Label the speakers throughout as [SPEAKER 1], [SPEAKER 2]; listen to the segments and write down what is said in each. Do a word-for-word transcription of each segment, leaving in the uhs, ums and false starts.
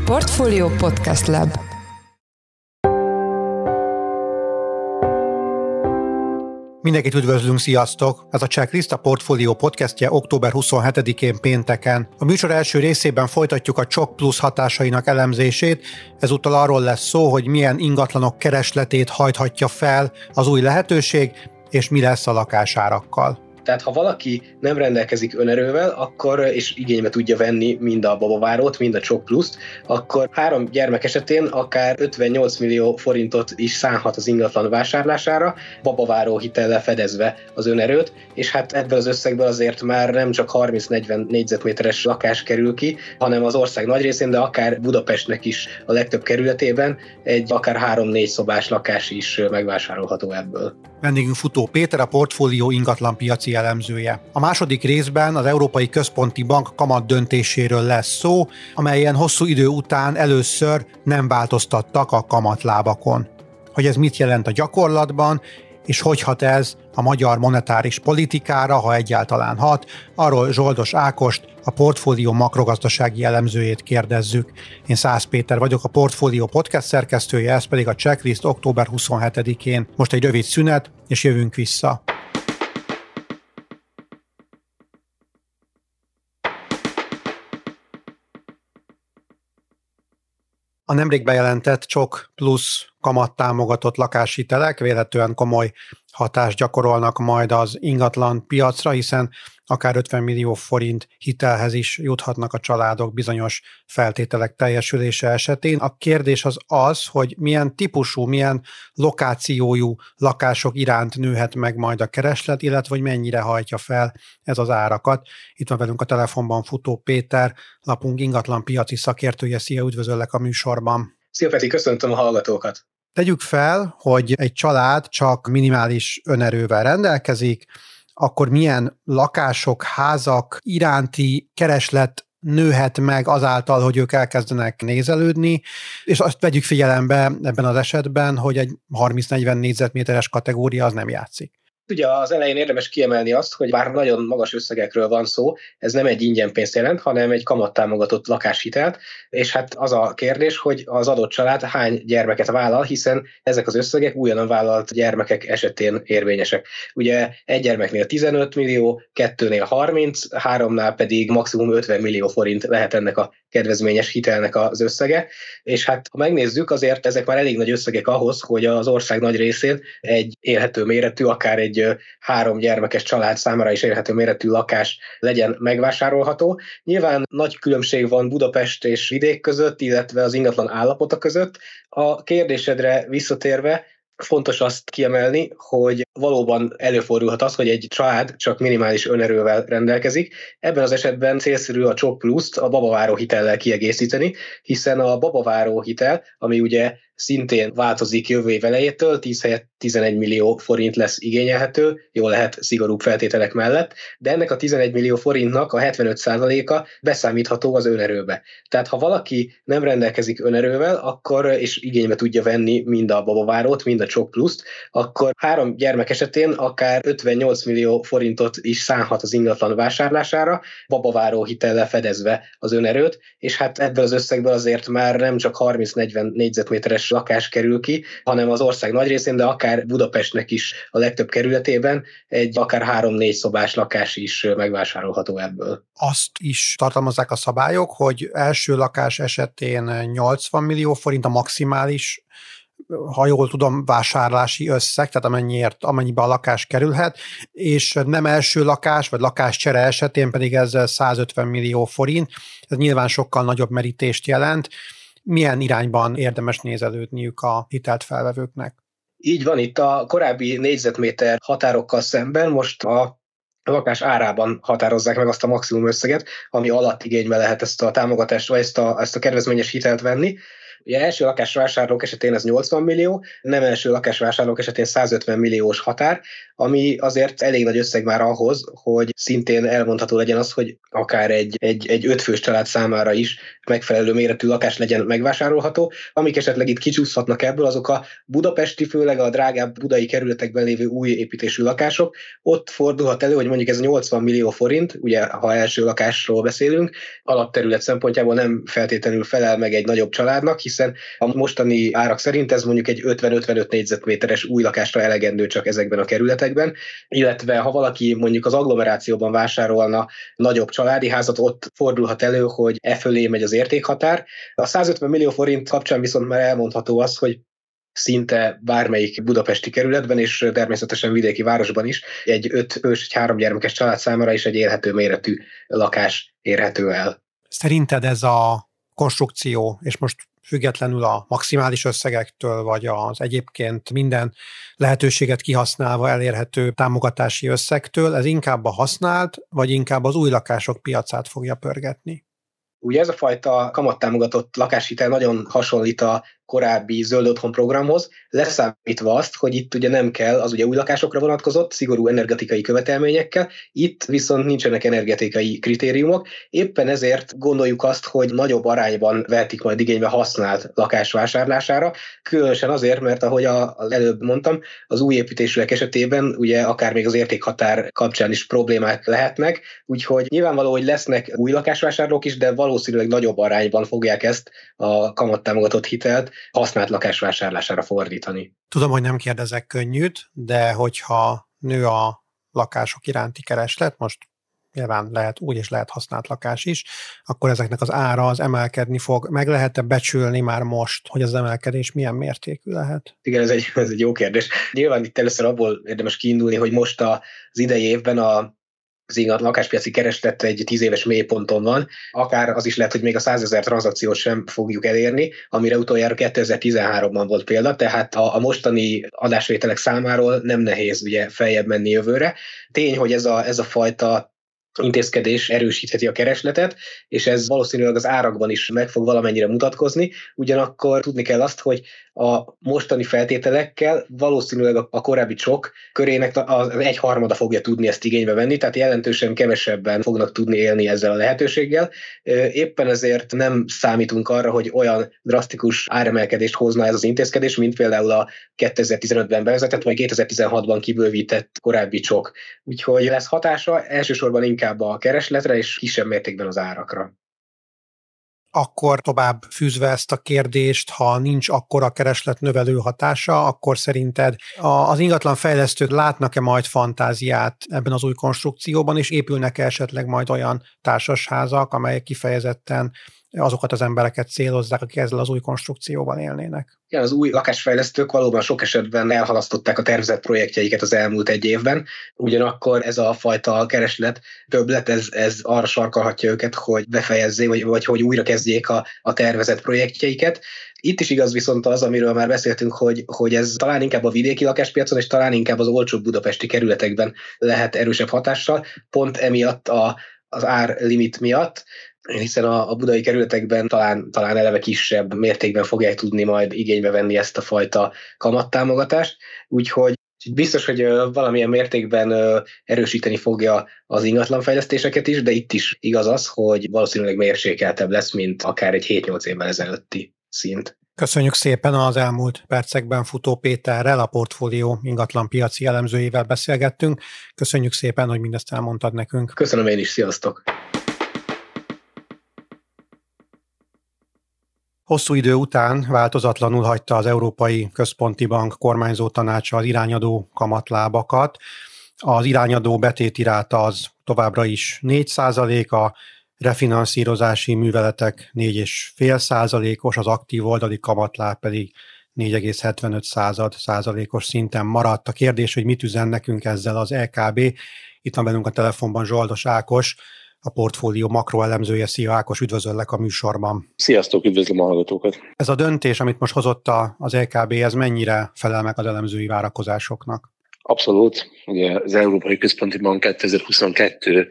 [SPEAKER 1] Portfolio Podcast Lab.
[SPEAKER 2] Mindenkit üdvözlünk, sziasztok! Ez a Checklist, a Portfolio podcastje október huszonhetedikén pénteken. A műsor első részében folytatjuk a Csok Plusz hatásainak elemzését, ezúttal arról lesz szó, hogy milyen ingatlanok keresletét hajthatja fel az új lehetőség, és mi lesz a lakásárakkal.
[SPEAKER 3] Tehát ha valaki nem rendelkezik önerővel, akkor és igénybe tudja venni mind a babavárót, mind a Csok Pluszt, akkor három gyermek esetén akár ötvennyolc millió forintot is szánhat az ingatlan vásárlására, babaváró hitellel fedezve az önerőt, és hát ebből az összegből azért már nem csak harminc-negyven négyzetméteres lakás kerül ki, hanem az ország nagy részén, de akár Budapestnek is a legtöbb kerületében egy akár három-négy szobás lakás is megvásárolható ebből.
[SPEAKER 2] Vendégünk Futó Péter, a Portfolio ingatlanpiaci elemzője. A második részben az Európai Központi Bank kamat döntéséről lesz szó, amelyen hosszú idő után először nem változtattak a kamatlábakon. Hogy ez mit jelent a gyakorlatban, és hogy hat ez a magyar monetáris politikára, ha egyáltalán hat, arról Zsoldos Ákost, a Portfolio makrogazdasági elemzőjét kérdezzük. Én Szász Péter vagyok, a Portfolio podcast szerkesztője, ez pedig a Checklist október huszonhetedikén. Most egy rövid szünet, és jövünk vissza. A nemrég bejelentett Csok Plusz kamattámogatott lakáshitelek véletlenül komoly hatást gyakorolnak majd az ingatlan piacra, hiszen akár ötven millió forint hitelhez is juthatnak a családok bizonyos feltételek teljesülése esetén. A kérdés az az, hogy milyen típusú, milyen lokációjú lakások iránt nőhet meg majd a kereslet, illetve hogy mennyire hajtja fel ez az árakat. Itt van velünk a telefonban Futó Péter, lapunk ingatlan piaci szakértője. Szia, üdvözöllek a műsorban.
[SPEAKER 3] Szia Peti, köszöntöm a hallgatókat!
[SPEAKER 2] Tegyük fel, hogy egy család csak minimális önerővel rendelkezik, akkor milyen lakások, házak iránti kereslet nőhet meg azáltal, hogy ők elkezdenek nézelődni, és azt vegyük figyelembe ebben az esetben, hogy egy harminc-negyven négyzetméteres kategória az nem játszik.
[SPEAKER 3] Ugye az elején érdemes kiemelni azt, hogy bár nagyon magas összegekről van szó, ez nem egy ingyen pénzt jelent, hanem egy kamattámogatott lakáshitelt, és hát az a kérdés, hogy az adott család hány gyermeket vállal, hiszen ezek az összegek újonnan vállalt gyermekek esetén érvényesek. Ugye egy gyermeknél tizenöt millió, kettőnél harminc, háromnál pedig maximum ötven millió forint lehet ennek a kedvezményes hitelnek az összege, és hát ha megnézzük, azért ezek már elég nagy összegek ahhoz, hogy az ország nagy részén egy élhető méretű, akár egy három gyermekes család számára is élhető méretű lakás legyen megvásárolható. Nyilván nagy különbség van Budapest és vidék között, illetve az ingatlan állapota között. A kérdésedre visszatérve, fontos azt kiemelni, hogy valóban előfordulhat az, hogy egy család csak minimális önerővel rendelkezik. Ebben az esetben célszerű a Csok Pluszt a babaváró hitellel kiegészíteni, hiszen a babaváró hitel, ami ugye szintén változik jövő év elejétől, tíz helyett tizenegy millió forint lesz igényelhető, jól lehet szigorúbb feltételek mellett, de ennek a tizenegy millió forintnak a hetvenöt százaléka beszámítható az önerőbe. Tehát ha valaki nem rendelkezik önerővel, akkor és igénybe tudja venni mind a babavárót, mind a Csok Pluszt, akkor három gyermek esetén akár ötvennyolc millió forintot is szánhat az ingatlan vásárlására, babaváró hitellel fedezve az önerőt, és hát ebből az összegből azért már nem csak harminc-negyven négyzetméteres lakás kerül ki, hanem az ország nagy részén, de akár Budapestnek is a legtöbb kerületében egy akár három-négy szobás lakás is megvásárolható ebből.
[SPEAKER 2] Azt is tartalmazzák a szabályok, hogy első lakás esetén nyolcvan millió forint a maximális, ha jól tudom, vásárlási összeg, tehát amennyiért, amennyibe a lakás kerülhet, és nem első lakás, vagy lakáscsere esetén pedig ez százötven millió forint, ez nyilván sokkal nagyobb merítést jelent. Milyen irányban érdemes nézelődniük a hitelt felvevőknek?
[SPEAKER 3] Így van, itt a korábbi négyzetméter határokkal szemben most a lakás árában határozzák meg azt a maximum összeget, ami alatt igénybe lehet ezt a támogatást, vagy ezt a, ezt a kedvezményes hitelt venni. Ugye első lakásvásárlók esetén ez nyolcvan millió, nem első lakásvásárlók esetén százötven milliós határ, ami azért elég nagy összeg már ahhoz, hogy szintén elmondható legyen az, hogy akár egy, egy, egy ötfős család számára is megfelelő méretű lakás legyen megvásárolható. Amik esetleg itt kicsúszhatnak ebből, azok a budapesti, főleg a drágább budai kerületekben lévő új építésű lakások. Ott fordulhat elő, hogy mondjuk ez nyolcvan millió forint, ugye ha első lakásról beszélünk, alapterület szempontjából nem feltétlenül felel meg egy nagyobb családnak, hiszen a mostani árak szerint ez mondjuk egy ötven-ötvenöt négyzetméteres új lakásra elegendő csak ezekben a kerületekben, illetve ha valaki mondjuk az agglomerációban vásárolna nagyobb családi házat, ott fordulhat elő, hogy e fölé megy az értékhatár. A százötven millió forint kapcsán viszont már elmondható az, hogy szinte bármelyik budapesti kerületben, és természetesen vidéki városban is egy ötfős, egy három gyermekes család számára is egy élhető méretű lakás érhető el.
[SPEAKER 2] Szerinted ez a konstrukció, és most függetlenül a maximális összegektől, vagy az egyébként minden lehetőséget kihasználva elérhető támogatási összegtől, ez inkább a használt, vagy inkább az új lakások piacát fogja pörgetni?
[SPEAKER 3] Ugye ez a fajta kamattámogatott lakáshitel nagyon hasonlít a korábbi zöld otthon programhoz, leszámítva azt, hogy itt ugye nem kell, az ugye új lakásokra vonatkozott, szigorú energetikai követelményekkel, itt viszont nincsenek energetikai kritériumok, éppen ezért gondoljuk azt, hogy nagyobb arányban vehetik majd igénybe használt lakás vásárlására, különösen azért, mert ahogy az előbb mondtam, az új építésűek esetében ugye akár még az értékhatár kapcsán is problémák lehetnek, úgyhogy nyilvánvaló, hogy lesznek új lakásvásárlók is, de valószínűleg nagyobb arányban fogják ezt a kamattámogatott hitelt használt lakás vásárlására fordítani.
[SPEAKER 2] Tudom, hogy nem kérdezek könnyűt, de hogyha nő a lakások iránti kereslet, most nyilván lehet úgy és lehet használt lakás is, akkor ezeknek az ára az emelkedni fog. Meg lehet-e becsülni már most, hogy az emelkedés milyen mértékű lehet?
[SPEAKER 3] Igen, ez egy, ez egy jó kérdés. Nyilván itt először abból érdemes kiindulni, hogy most az idei évben a az ingatlan lakáspiaci kereslet egy tíz éves mélyponton van, akár az is lehet, hogy még a százezer tranzakciót sem fogjuk elérni, amire utoljára kétezer-tizenháromban volt példa, tehát a, a mostani adásvételek számáról nem nehéz ugye feljebb menni jövőre. Tény, hogy ez a, ez a fajta intézkedés erősítheti a keresletet, és ez valószínűleg az árakban is meg fog valamennyire mutatkozni, ugyanakkor tudni kell azt, hogy a mostani feltételekkel valószínűleg a korábbi csok körének az egyharmada fogja tudni ezt igénybe venni, tehát jelentősen kevesebben fognak tudni élni ezzel a lehetőséggel. Éppen ezért nem számítunk arra, hogy olyan drasztikus áremelkedést hozna ez az intézkedés, mint például a kétezer-tizenötben bevezetett, vagy kétezer-tizenhatban kibővített korábbi csok. Úgyhogy lesz hatása elsősorban inkább a keresletre és kisebb mértékben az árakra.
[SPEAKER 2] Akkor tovább fűzve ezt a kérdést, ha nincs akkora kereslet növelő hatása, akkor szerinted az ingatlan fejlesztők látnak-e majd fantáziát ebben az új konstrukcióban, és épülnek-e esetleg majd olyan társasházak, amelyek kifejezetten azokat az embereket célozzák, akik ezzel az új konstrukcióval élnének?
[SPEAKER 3] Igen, az új lakásfejlesztők valóban sok esetben elhalasztották a tervezett projektjeiket az elmúlt egy évben, ugyanakkor ez a fajta kereslet többlet, ez, ez arra sarkalhatja őket, hogy befejezzék, vagy, vagy hogy újra kezdjék a, a tervezett projektjeiket. Itt is igaz viszont az, amiről már beszéltünk, hogy, hogy ez talán inkább a vidéki lakáspiacon, és talán inkább az olcsóbb budapesti kerületekben lehet erősebb hatással, pont emiatt a, az árlimit miatt, hiszen a, a budai kerületekben talán, talán eleve kisebb mértékben fogják tudni majd igénybe venni ezt a fajta kamattámogatást, úgyhogy biztos, hogy valamilyen mértékben erősíteni fogja az ingatlanfejlesztéseket is, de itt is igaz az, hogy valószínűleg mérsékeltebb lesz, mint akár egy hét-nyolc évvel ezelőtti szint.
[SPEAKER 2] Köszönjük szépen, az elmúlt percekben Futó Péterrel, a Portfólió ingatlanpiaci elemzőjével beszélgettünk. Köszönjük szépen, hogy mindezt elmondtad nekünk.
[SPEAKER 3] Köszönöm én is, sziasztok!
[SPEAKER 2] Hosszú idő után változatlanul hagyta az Európai Központi Bank kormányzó tanácsa az irányadó kamatlábakat. Az irányadó betétiráta az továbbra is négy százalék, a refinanszírozási műveletek négy egész öt százalékos, az aktív oldali kamatláb pedig négy egész hetvenöt százalékos szinten maradt. A kérdés, hogy mit üzen nekünk ezzel az é ká bé. Itt van velünk a telefonban Zsoldos Ákos, a Portfólió makroelemzője. Szia Ákos, üdvözöllek a műsorban.
[SPEAKER 4] Sziasztok, üdvözlöm a hallgatókat.
[SPEAKER 2] Ez a döntés, amit most hozott az é ká bé, ez mennyire felel meg az elemzői várakozásoknak?
[SPEAKER 4] Abszolút. Ugye az Európai Központi Bank kétezer-huszonkettő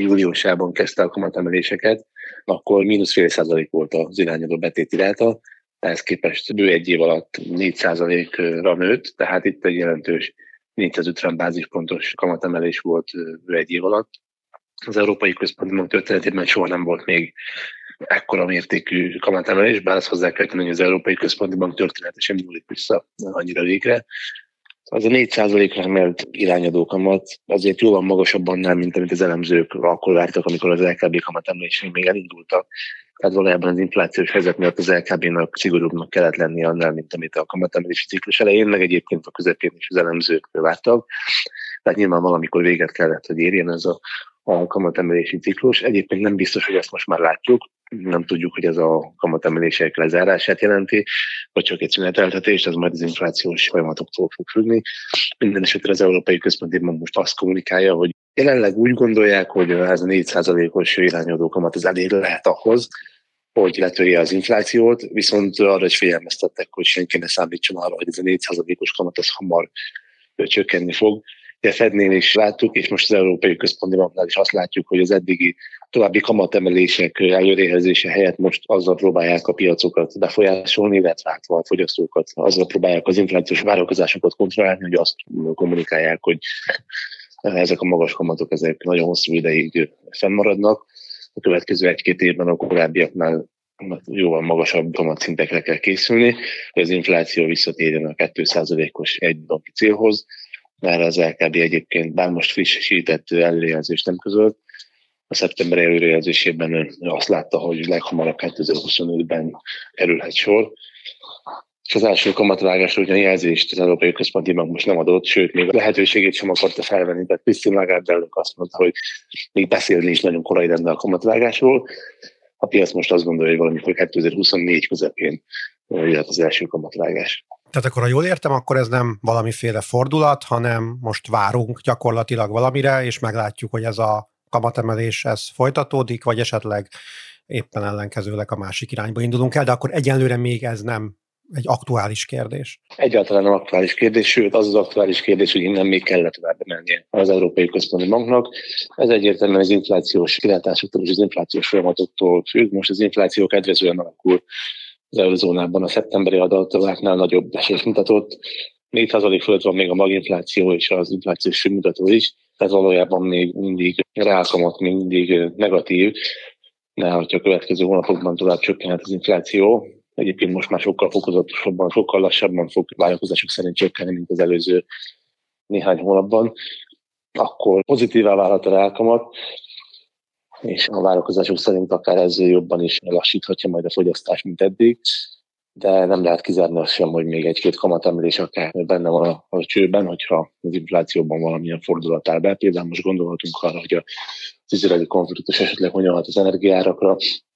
[SPEAKER 4] júliusában kezdte a kamatemeléseket, akkor mínusz fél százalék volt az irányadó betétiráta, ehhez képest bő egy év alatt négy százalékra nőtt, tehát itt egy jelentős négyszázötven bázispontos kamatemelés volt bő egy év alatt. Az Európai Központi Bank történetében soha nem volt még ekkora mértékű kamatemelés, bár azt hozzá kell tenni, hogy az Európai Központi Bank története sem nyúlik vissza annyira végre. Az a négy százalékra emelt irányadó kamat azért jóval magasabb annál, mint amit az elemzők akkor vártak, amikor az el ká bé kamatemelései még elindultak. Tehát valójában az inflációs helyzet miatt az el ká bénak szigorúbbnak kellett lenni annál, mint amit a kamatemelési ciklus elején, meg egyébként a közepén is az elemzők vártak. Tehát nyilván valamikor véget kellett, hogy érjen ez a, a kamatemelési ciklus. Egyébként nem biztos, hogy ezt most már látjuk. Nem tudjuk, hogy ez a kamatemelések lezárását jelenti, vagy csak egy szüneteltetést, ez majd az inflációs folyamatoktól fog függni. Minden esetre az Európai Központi Bank most azt kommunikálja, hogy jelenleg úgy gondolják, hogy ez a négy százalékos irányadó kamat az elég lehet ahhoz, hogy letörje az inflációt, viszont arra is figyelmeztettek, hogy senki ne számítson arra, hogy ez a négy százalékos kamat ez hamar csökkenni fog. De a Fednél is láttuk, és most az Európai Központi Banknál is azt látjuk, hogy az eddigi további kamatemelések előrejelzése helyett most azzal próbálják a piacokat befolyásolni, illetve a fogyasztókat azzal próbálják az inflációs várakozásokat kontrollálni, hogy azt kommunikálják, hogy ezek a magas kamatok ezek nagyon hosszú ideig fennmaradnak. A következő egy-két évben a korábbiaknál jóval magasabb kamatszintekre kell készülni, hogy az infláció visszatérjen a két százalékos egy banki célhoz, mert az el ká bé egyébként bár most frissített előrejelzést nem közölt, a szeptember előrejelzésében azt látta, hogy leghamarabb kétezer-huszonötben kerülhet sor. És az első kamatvágásra ugyan jelzést az Európai Központi Bank most nem adott, sőt, még a lehetőségét sem akarta felvenni, tehát Christine Lagarde elnök azt mondta, hogy még beszélni is nagyon korai lenne a kamatvágásról. A piac most azt gondolja, hogy valamikor kétezer-huszonnégy közepén jöhet az első kamatvágás.
[SPEAKER 2] Tehát akkor, ha jól értem, akkor ez nem valamiféle fordulat, hanem most várunk gyakorlatilag valamire, és meglátjuk, hogy ez a kamatemelés ez folytatódik, vagy esetleg éppen ellenkezőleg a másik irányba indulunk el, de akkor egyenlőre még ez nem egy aktuális kérdés.
[SPEAKER 4] Egyáltalán nem aktuális kérdés, sőt az az aktuális kérdés, hogy innen még kellett tovább mennie az Európai Központi Banknak. Ez egyértelműen az inflációs kilátásoktól és az inflációs folyamatoktól függ. Most az infláció kedvezően alakul az eurozónában, a szeptemberi adatoknál nagyobb esést mutatott. négy százalék fölött van még a maginfláció és az inflációs mutató is, tehát valójában még mindig reálkamat, még mindig negatív, de hogyha a következő hónapokban tovább csökkenhet az infláció, egyébként most már sokkal fokozatosabban, sokkal lassabban fog várakozások szerint csökkenni, mint az előző néhány hónapban, akkor pozitívá válhat a reálkamat, és a várakozások szerint akár ezzel jobban is lassíthatja majd a fogyasztás, mint eddig, de nem lehet kizárni azt sem, hogy még egy-két kamatemelés akár benne van a, a csőben, hogyha az inflációban valamilyen fordulat áll be. Például most gondolhatunk arra, hogy az izraeli konfliktus esetleg hogyan hat az energiárakra,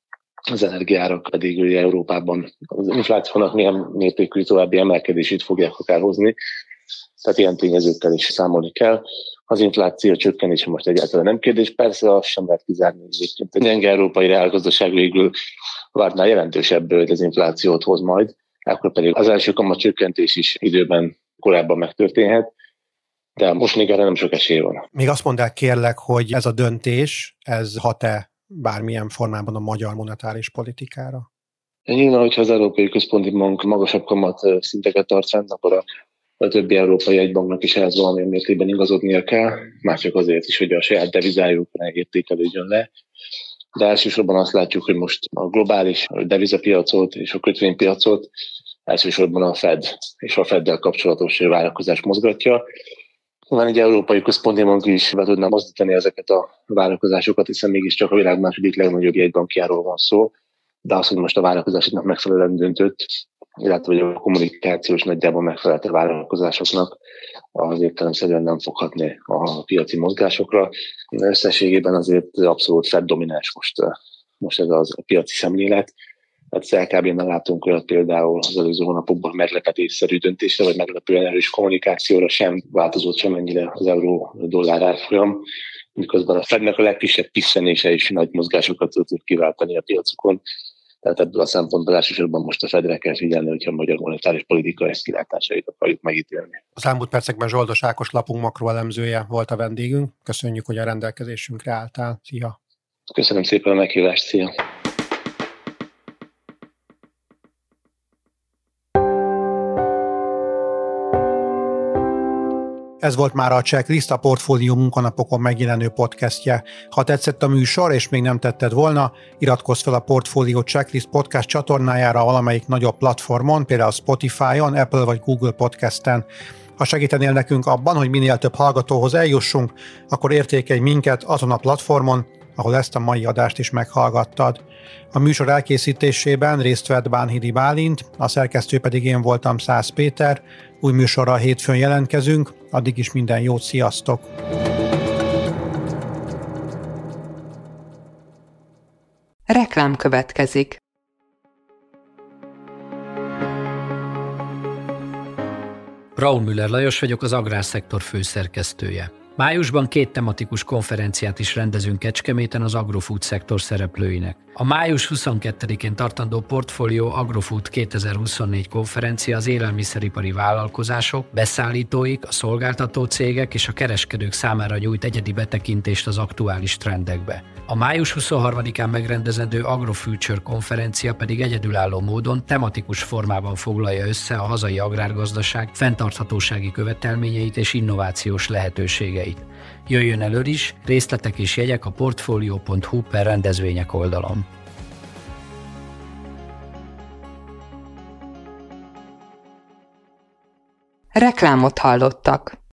[SPEAKER 4] az energiárak pedig ugye Európában az inflációnak milyen mértékű további emelkedését fogják akár hozni, tehát ilyen tényezőkkel is számolni kell. Az infláció csökkenése most egyáltalán nem kérdés, persze azt sem lehet kizárni, hogy a gyenge európai reálgazdaság végül várnál jelentősebb dezinflációt hoz majd, akkor pedig az első kamat csökkentés is időben korábban megtörténhet, de most még erre nem sok esély van.
[SPEAKER 2] Még azt mondd el kérlek, hogy ez a döntés, ez hat-e bármilyen formában a magyar monetáris politikára?
[SPEAKER 4] Nyilván, hogyha az Európai Központi Bank magasabb kamat szinteket tart fenn, akkor a a többi európai egybanknak is ehhez valamilyen mértékben igazodnia kell, már csak azért is, hogy a saját devizájuk ne értékelődjön le. De elsősorban azt látjuk, hogy most a globális devizapiacot és a kötvénypiacot elsősorban a Fed és a Feddel kapcsolatos várakozás mozgatja. Van egy Európai Központi Bank is be tudná mozdítani ezeket a várakozásokat, hiszen mégiscsak a világ második legnagyobb jegybankjáról van szó, de az, hogy most a várakozásoknak megfelelően döntött, illetve hogy a kommunikációs nagyjából megfelelt a vállalkozásoknak, az értelemszerűen nem foghatni a piaci mozgásokra. Összességében azért abszolút Fed domináns most, most ez az a piaci szemlélet. Hát az el ká bé-nál látunk olyat például az előző hónapokban meglepetésszerű döntésre, vagy meglepően erős kommunikációra sem változott sem ennyire az euró-dollár árfolyam, miközben a Fednek a legkisebb pisszenése is nagy mozgásokat tud kiváltani a piacokon. Tehát ebből a szempontból elsősorban most a Fedre kell figyelni, hogyha a magyar monetáris politika ezt kilátásait akarjuk megítélni.
[SPEAKER 2] Az elmúlt percekben Zsoldos Ákos lapunk makroelemzője volt a vendégünk. Köszönjük, hogy a rendelkezésünkre álltál. Szia!
[SPEAKER 4] Köszönöm szépen a meghívást, szia!
[SPEAKER 2] Ez volt már a Checklist, a Portfólió munkanapokon megjelenő podcastje. Ha tetszett a műsor, és még nem tetted volna, iratkozz fel a Portfólió Checklist podcast csatornájára valamelyik nagyobb platformon, például Spotify-on, Apple vagy Google Podcasten. Ha segítenél nekünk abban, hogy minél több hallgatóhoz eljussunk, akkor értékelj minket azon a platformon, ahol ezt a mai adást is meghallgattad. A műsor elkészítésében részt vett Bánhidi Bálint, a szerkesztő pedig én voltam, Szász Péter. Új műsorral hétfőn jelentkezünk, addig is minden jót, sziasztok!
[SPEAKER 1] Reklám következik.
[SPEAKER 5] Braun Müller Lajos vagyok, az Agrárszektor főszerkesztője. Májusban két tematikus konferenciát is rendezünk Kecskeméten az agrofood szektor szereplőinek. A május huszonkettedikén tartandó Portfolio Agrofood kétezer-huszonnégy konferencia az élelmiszeripari vállalkozások, beszállítóik, a szolgáltató cégek és a kereskedők számára nyújt egyedi betekintést az aktuális trendekbe. A május huszonharmadikán megrendezendő AgroFuture konferencia pedig egyedülálló módon tematikus formában foglalja össze a hazai agrárgazdaság fenntarthatósági követelményeit és innovációs lehetőségeit. Jöjjön elő is, részletek és jegyek a portfolio pont hu per rendezvények oldalon.
[SPEAKER 1] Reklámot hallottak.